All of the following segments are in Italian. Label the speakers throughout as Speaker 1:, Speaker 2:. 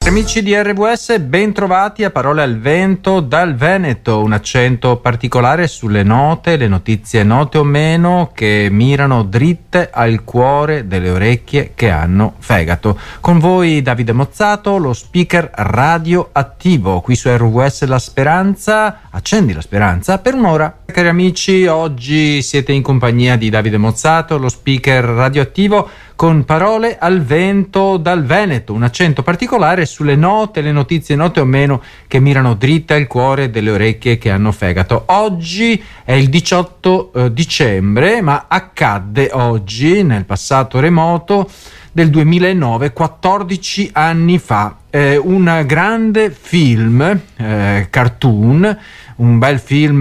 Speaker 1: Amici di RWS, ben trovati a Parole al Vento dal Veneto, un accento particolare sulle note, le notizie note o meno che mirano dritte al cuore delle orecchie che hanno fegato. Con voi Davide Mozzato, lo speaker radioattivo, qui su RWS La Speranza, accendi la speranza per un'ora. Cari amici, oggi siete in compagnia di Davide Mozzato, lo speaker radioattivo, con Parole al Vento dal Veneto, un accento particolare sulle note, le notizie note o meno che mirano dritte al cuore delle orecchie che hanno fegato. Oggi è il 18 dicembre, ma accadde oggi, nel passato remoto del 2009, 14 anni fa, un grande film, cartoon, un bel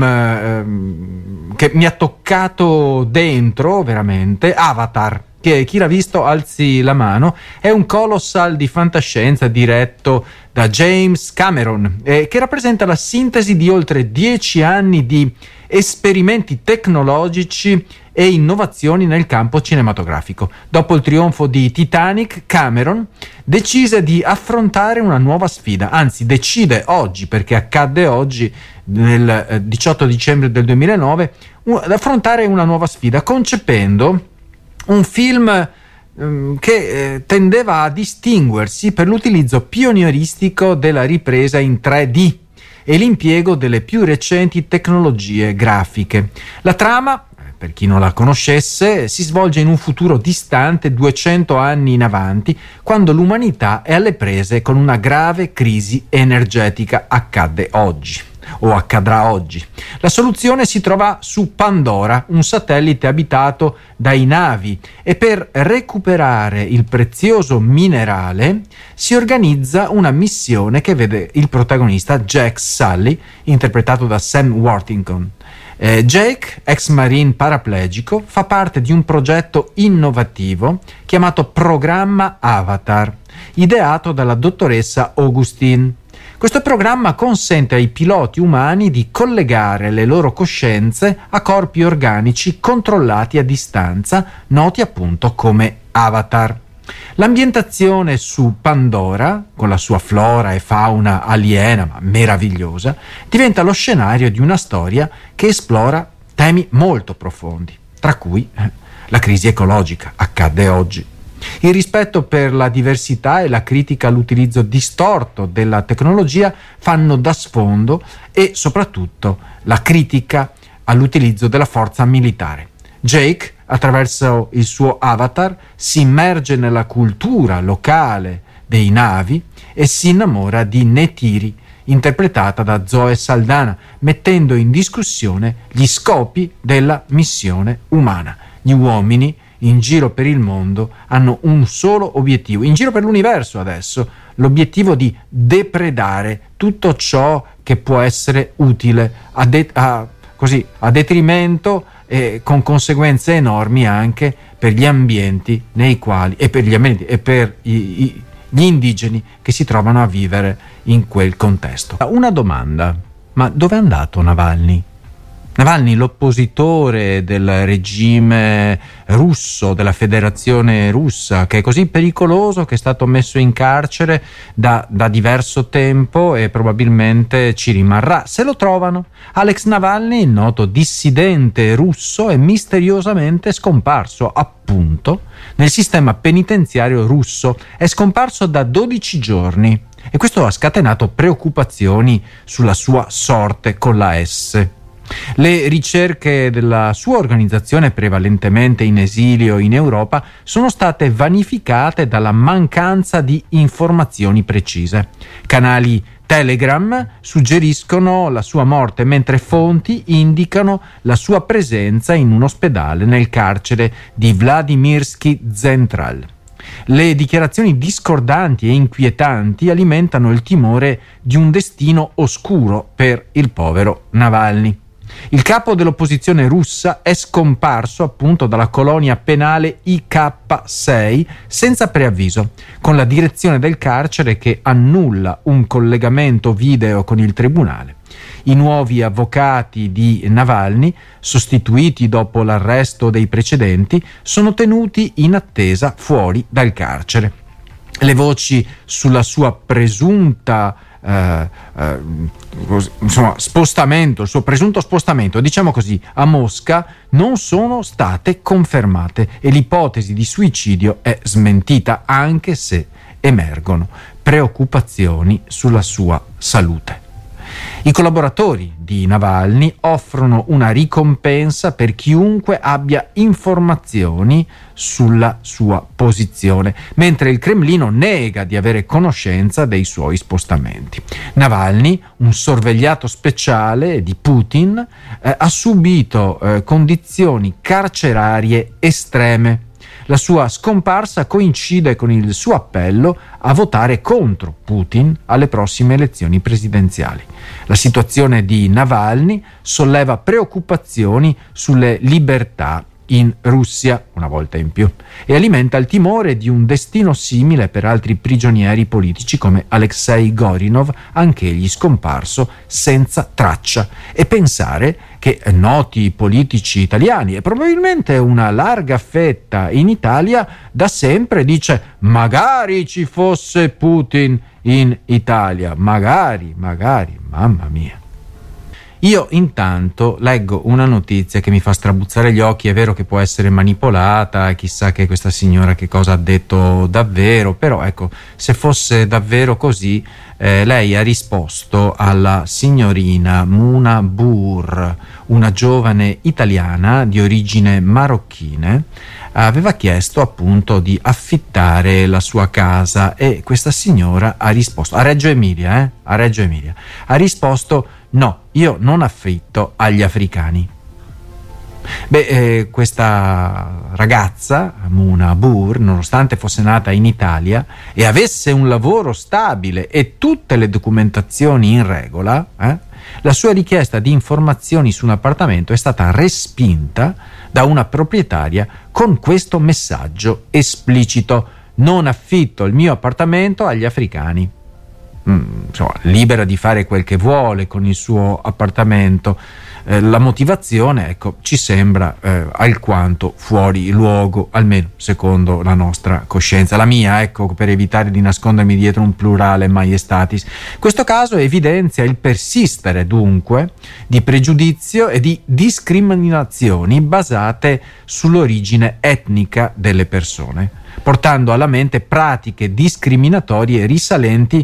Speaker 1: film che mi ha toccato dentro veramente, Avatar. Che chi l'ha visto alzi la mano. È un colossal di fantascienza diretto da James Cameron, che rappresenta la sintesi di oltre 10 anni di esperimenti tecnologici e innovazioni nel campo cinematografico. Dopo il trionfo di Titanic, Cameron decise di affrontare una nuova sfida, anzi decide oggi, perché accadde oggi nel 18 dicembre del 2009, ad affrontare una nuova sfida, concependo un film che tendeva a distinguersi per l'utilizzo pionieristico della ripresa in 3D e l'impiego delle più recenti tecnologie grafiche. La trama, per chi non la conoscesse, si svolge in un futuro distante 200 anni in avanti, quando l'umanità è alle prese con una grave crisi energetica. Accadde oggi. O accadrà oggi. La soluzione si trova su Pandora, un satellite abitato dai navi, e per recuperare il prezioso minerale si organizza una missione che vede il protagonista Jake Sully, interpretato da Sam Worthington. Jake, ex marine paraplegico, fa parte di un progetto innovativo chiamato Programma Avatar, ideato dalla dottoressa Augustine. Questo programma consente ai piloti umani di collegare le loro coscienze a corpi organici controllati a distanza, noti appunto come avatar. L'ambientazione su Pandora, con la sua flora e fauna aliena ma meravigliosa, diventa lo scenario di una storia che esplora temi molto profondi, tra cui la crisi ecologica. Accadde oggi. Il rispetto per la diversità e la critica all'utilizzo distorto della tecnologia fanno da sfondo, e soprattutto la critica all'utilizzo della forza militare. Jake, attraverso il suo avatar, si immerge nella cultura locale dei navi e si innamora di Neytiri, interpretata da Zoe Saldana, mettendo in discussione gli scopi della missione umana. Gli uomini in giro per il mondo hanno un solo obiettivo, in giro per l'universo adesso, l'obiettivo di depredare tutto ciò che può essere utile a detrimento e con conseguenze enormi anche per gli ambienti nei quali e per gli indigeni che si trovano a vivere in quel contesto. Una domanda: ma dove è andato Navalny? Navalny, l'oppositore del regime russo, della Federazione Russa, che è così pericoloso che è stato messo in carcere da diverso tempo e probabilmente ci rimarrà, se lo trovano. Alex Navalny, il noto dissidente russo, è misteriosamente scomparso, appunto, nel sistema penitenziario russo. È scomparso da 12 giorni e questo ha scatenato preoccupazioni sulla sua sorte con la S. Le ricerche della sua organizzazione, prevalentemente in esilio in Europa, sono state vanificate dalla mancanza di informazioni precise. Canali Telegram suggeriscono la sua morte, mentre fonti indicano la sua presenza in un ospedale nel carcere di Vladimirsky Central. Le dichiarazioni discordanti e inquietanti alimentano il timore di un destino oscuro per il povero Navalny. Il capo dell'opposizione russa è scomparso appunto dalla colonia penale IK6 senza preavviso, con la direzione del carcere che annulla un collegamento video con il tribunale. I nuovi avvocati di Navalny, sostituiti dopo l'arresto dei precedenti, sono tenuti in attesa fuori dal carcere. le voci sulla sua presunta spostamento, il suo presunto spostamento, diciamo così, a Mosca non sono state confermate e l'ipotesi di suicidio è smentita, anche se emergono preoccupazioni sulla sua salute. I collaboratori di Navalny offrono una ricompensa per chiunque abbia informazioni sulla sua posizione, mentre il Cremlino nega di avere conoscenza dei suoi spostamenti. Navalny, un sorvegliato speciale di Putin, ha subito condizioni carcerarie estreme. La sua scomparsa coincide con il suo appello a votare contro Putin alle prossime elezioni presidenziali. La situazione di Navalny solleva preoccupazioni sulle libertà in Russia, una volta in più, e alimenta il timore di un destino simile per altri prigionieri politici come Alexei Gorinov, anch'egli scomparso senza traccia, e pensare che noti politici italiani e probabilmente una larga fetta in Italia da sempre dice: magari ci fosse Putin in Italia, magari, mamma mia. Io intanto leggo una notizia che mi fa strabuzzare gli occhi. È vero che può essere manipolata, chissà che questa signora che cosa ha detto davvero, però ecco, se fosse davvero così, lei ha risposto alla signorina Muna Bur, una giovane italiana di origine marocchine. Aveva chiesto appunto di affittare la sua casa e questa signora ha risposto, a Reggio Emilia, ha risposto: no, io non affitto agli africani. Questa ragazza, Muna Bur, nonostante fosse nata in Italia e avesse un lavoro stabile e tutte le documentazioni in regola, la sua richiesta di informazioni su un appartamento è stata respinta da una proprietaria con questo messaggio esplicito: non affitto il mio appartamento agli africani. Libera di fare quel che vuole con il suo appartamento. La motivazione, ecco, ci sembra alquanto fuori luogo, almeno secondo la nostra coscienza, la mia, ecco, per evitare di nascondermi dietro un plurale maiestatis. Questo caso evidenzia il persistere dunque di pregiudizio e di discriminazioni basate sull'origine etnica delle persone, portando alla mente pratiche discriminatorie risalenti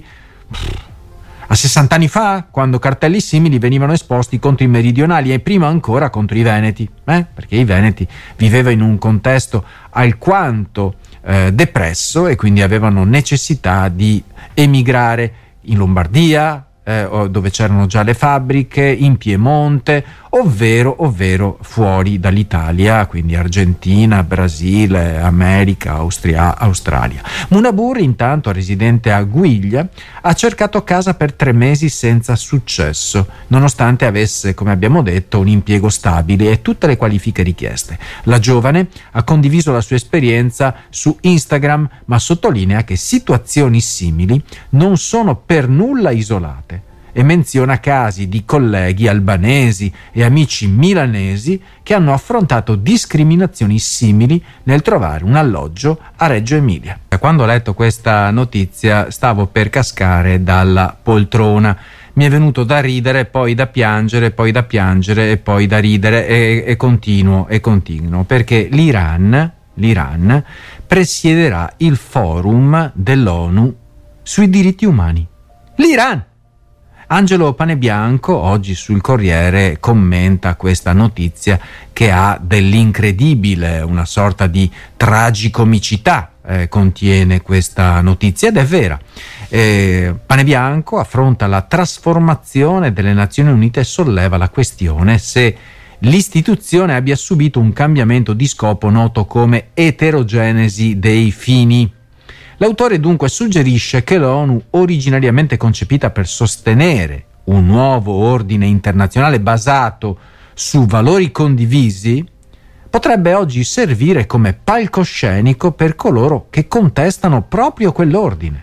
Speaker 1: a 60 anni fa, quando cartelli simili venivano esposti contro i meridionali e prima ancora contro i veneti, perché i veneti vivevano in un contesto alquanto depresso e quindi avevano necessità di emigrare in Lombardia, dove c'erano già le fabbriche, in Piemonte, ovvero fuori dall'Italia, quindi Argentina, Brasile, America, Australia. Muna Bur, intanto residente a Guiglia, ha cercato casa per 3 mesi senza successo, nonostante avesse, come abbiamo detto, un impiego stabile e tutte le qualifiche richieste. La giovane ha condiviso la sua esperienza su Instagram, ma sottolinea che situazioni simili non sono per nulla isolate, e menziona casi di colleghi albanesi e amici milanesi che hanno affrontato discriminazioni simili nel trovare un alloggio a Reggio Emilia. Quando ho letto questa notizia stavo per cascare dalla poltrona. Mi è venuto da ridere, poi da piangere, poi da piangere e poi da ridere e continuo, perché l'Iran presiederà il forum dell'ONU sui diritti umani. L'Iran! Angelo Panebianco oggi sul Corriere commenta questa notizia che ha dell'incredibile, una sorta di tragicomicità contiene questa notizia, ed è vera. Panebianco affronta la trasformazione delle Nazioni Unite e solleva la questione se l'istituzione abbia subito un cambiamento di scopo noto come eterogenesi dei fini. L'autore dunque suggerisce che l'ONU, originariamente concepita per sostenere un nuovo ordine internazionale basato su valori condivisi, potrebbe oggi servire come palcoscenico per coloro che contestano proprio quell'ordine.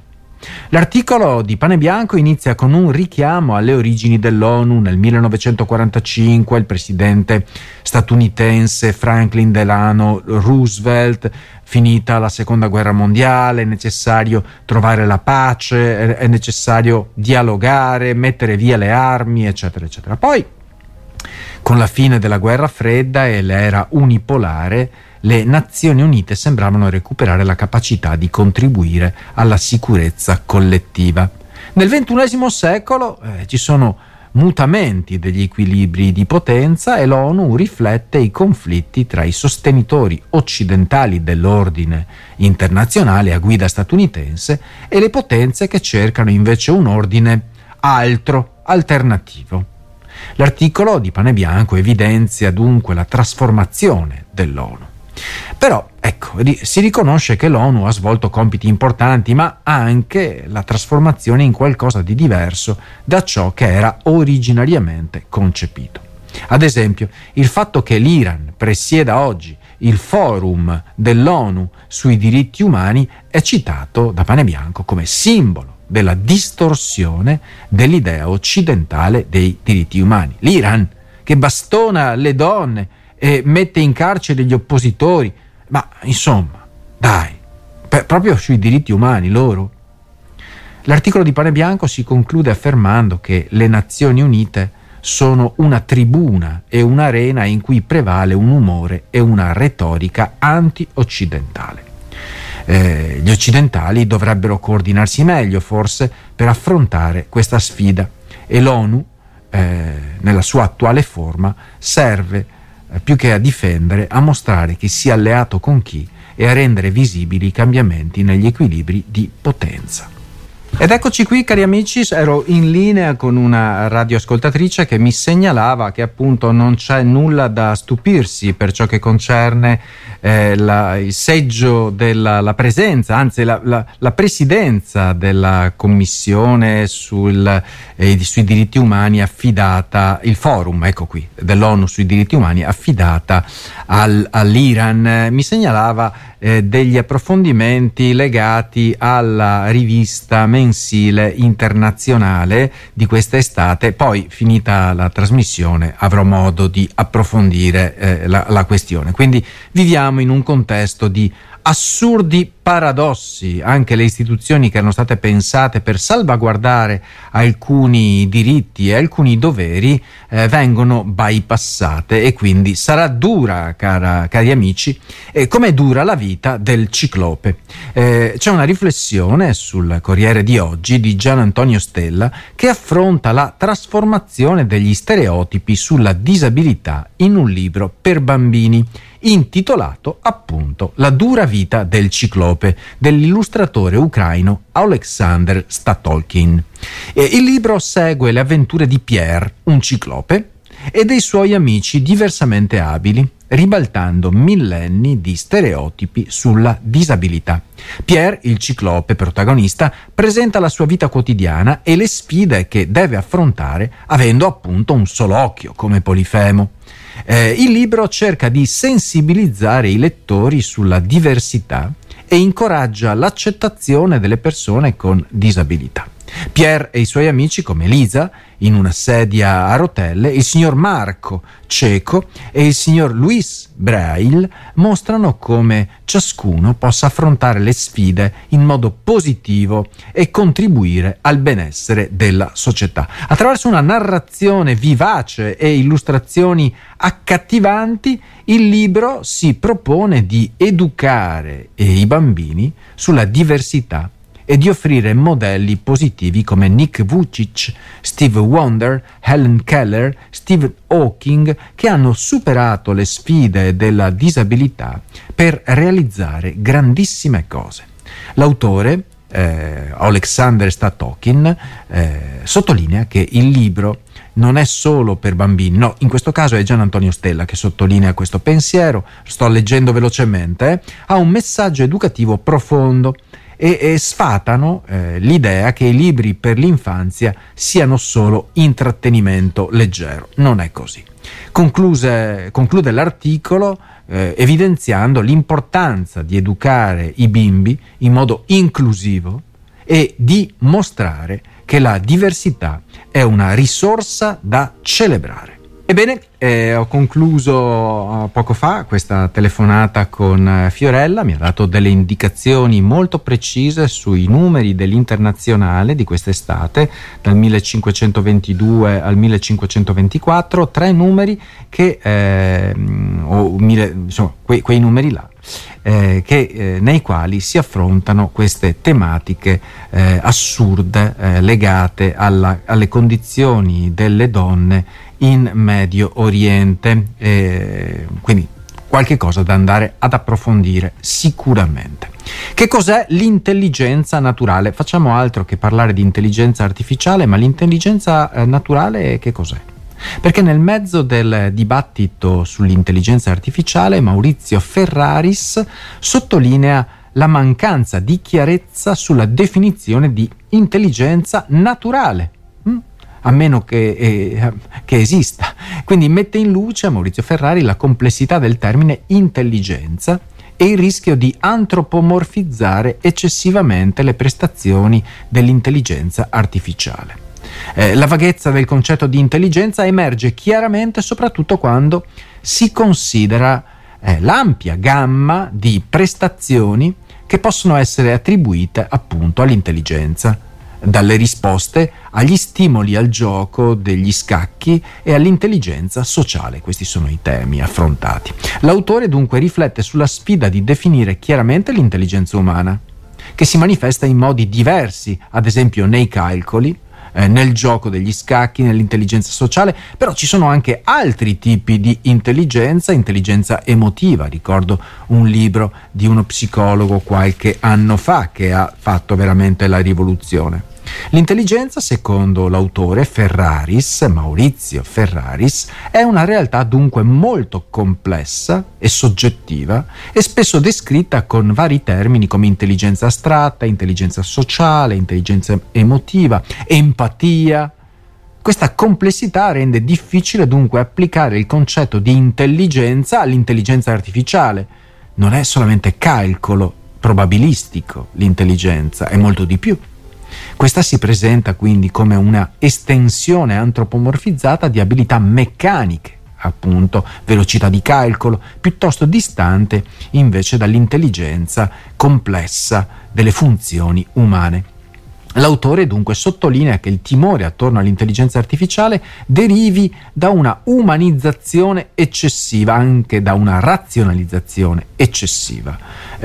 Speaker 1: L'articolo di Pane Bianco inizia con un richiamo alle origini dell'ONU. Nel 1945 il presidente statunitense Franklin Delano Roosevelt, finita la seconda guerra mondiale, è necessario trovare la pace, è necessario dialogare, mettere via le armi, eccetera, eccetera. Poi, con la fine della guerra fredda e l'era unipolare, le Nazioni Unite sembravano recuperare la capacità di contribuire alla sicurezza collettiva. Nel XXI secolo ci sono mutamenti degli equilibri di potenza e l'ONU riflette i conflitti tra i sostenitori occidentali dell'ordine internazionale a guida statunitense e le potenze che cercano invece un ordine alternativo. L'articolo di Pane Bianco evidenzia dunque la trasformazione dell'ONU. Però, ecco, si riconosce che l'ONU ha svolto compiti importanti, ma anche la trasformazione in qualcosa di diverso da ciò che era originariamente concepito. Ad esempio, il fatto che l'Iran presieda oggi il forum dell'ONU sui diritti umani è citato da Pane Bianco come simbolo della distorsione dell'idea occidentale dei diritti umani. L'Iran che bastona le donne e mette in carcere gli oppositori, ma insomma, dai, proprio sui diritti umani loro. L'articolo di Pane Bianco si conclude affermando che le Nazioni Unite sono una tribuna e un'arena in cui prevale un umore e una retorica anti-occidentale. Gli occidentali dovrebbero coordinarsi meglio, forse, per affrontare questa sfida, e l'ONU, nella sua attuale forma, serve più che a difendere, a mostrare chi sia alleato con chi e a rendere visibili i cambiamenti negli equilibri di potenza. Ed eccoci qui, cari amici, ero in linea con una radioascoltatrice che mi segnalava che appunto non c'è nulla da stupirsi per ciò che concerne il seggio della presenza, anzi la presidenza della commissione sui diritti umani affidata, il forum, ecco qui, dell'ONU sui diritti umani affidata all'Iran. Mi segnalava degli approfondimenti legati alla rivista mensile internazionale di quest'estate. Poi, finita la trasmissione, avrò modo di approfondire la questione. Quindi viviamo in un contesto di assurdi paradossi. Anche le istituzioni che erano state pensate per salvaguardare alcuni diritti e alcuni doveri vengono bypassate, e quindi sarà dura, cari amici, com'è dura la vita del ciclope. C'è una riflessione sul Corriere di oggi di Gian Antonio Stella che affronta la trasformazione degli stereotipi sulla disabilità in un libro per bambini, intitolato appunto La dura vita del ciclope, dell'illustratore ucraino Oleksandr Statolkin. Il libro segue le avventure di Pierre, un ciclope, e dei suoi amici diversamente abili, ribaltando millenni di stereotipi sulla disabilità. Pierre, il ciclope protagonista, presenta la sua vita quotidiana e le sfide che deve affrontare avendo appunto un solo occhio come Polifemo. Il libro cerca di sensibilizzare i lettori sulla diversità e incoraggia l'accettazione delle persone con disabilità. Pierre e i suoi amici, come Lisa, in una sedia a rotelle, il signor Marco, cieco, e il signor Luis, Braille, mostrano come ciascuno possa affrontare le sfide in modo positivo e contribuire al benessere della società. Attraverso una narrazione vivace e illustrazioni accattivanti, il libro si propone di educare i bambini sulla diversità e di offrire modelli positivi come Nick Vujicic, Steve Wonder, Helen Keller, Stephen Hawking, che hanno superato le sfide della disabilità per realizzare grandissime cose. L'autore, Oleksandr Statolkin, sottolinea che il libro non è solo per bambini, no, in questo caso è Gian Antonio Stella che sottolinea questo pensiero, sto leggendo velocemente, ha un messaggio educativo profondo e sfatano l'idea che i libri per l'infanzia siano solo intrattenimento leggero. Non è così. Conclude l'articolo evidenziando l'importanza di educare i bimbi in modo inclusivo e di mostrare che la diversità è una risorsa da celebrare. Ebbene, ho concluso poco fa questa telefonata con Fiorella, mi ha dato delle indicazioni molto precise sui numeri dell'Internazionale di quest'estate, dal 1522 al 1524, 3 numeri che, quei numeri là, nei quali si affrontano queste tematiche assurde legate alle condizioni delle donne in Medio Oriente, quindi qualche cosa da andare ad approfondire sicuramente. Che cos'è l'intelligenza naturale? Facciamo altro che parlare di intelligenza artificiale, ma l'intelligenza naturale che cos'è? Perché nel mezzo del dibattito sull'intelligenza artificiale Maurizio Ferraris sottolinea la mancanza di chiarezza sulla definizione di intelligenza naturale, a meno che esista. Quindi mette in luce a Maurizio Ferrari la complessità del termine intelligenza e il rischio di antropomorfizzare eccessivamente le prestazioni dell'intelligenza artificiale. La vaghezza del concetto di intelligenza emerge chiaramente soprattutto quando si considera l'ampia gamma di prestazioni che possono essere attribuite appunto all'intelligenza, dalle risposte agli stimoli al gioco degli scacchi e all'intelligenza sociale. Questi sono i temi affrontati. L'autore dunque riflette sulla sfida di definire chiaramente l'intelligenza umana, che si manifesta in modi diversi, ad esempio nei calcoli, nel gioco degli scacchi, nell'intelligenza sociale, però ci sono anche altri tipi di intelligenza emotiva. Ricordo un libro di uno psicologo qualche anno fa che ha fatto veramente la rivoluzione. L'intelligenza, secondo l'autore Maurizio Ferraris, è una realtà dunque molto complessa e soggettiva e spesso descritta con vari termini come intelligenza astratta, intelligenza sociale, intelligenza emotiva, empatia. Questa complessità rende difficile dunque applicare il concetto di intelligenza all'intelligenza artificiale. Non è solamente calcolo probabilistico l'intelligenza, è molto di più. Questa si presenta quindi come una estensione antropomorfizzata di abilità meccaniche, appunto velocità di calcolo, piuttosto distante invece dall'intelligenza complessa delle funzioni umane. L'autore dunque sottolinea che il timore attorno all'intelligenza artificiale derivi da una umanizzazione eccessiva, anche da una razionalizzazione eccessiva.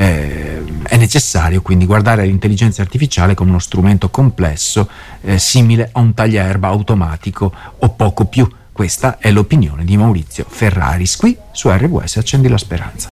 Speaker 1: È necessario quindi guardare all'intelligenza artificiale come uno strumento complesso, simile a un tagliaerba automatico o poco più. Questa è l'opinione di Maurizio Ferraris, qui su RWS Accendi la Speranza.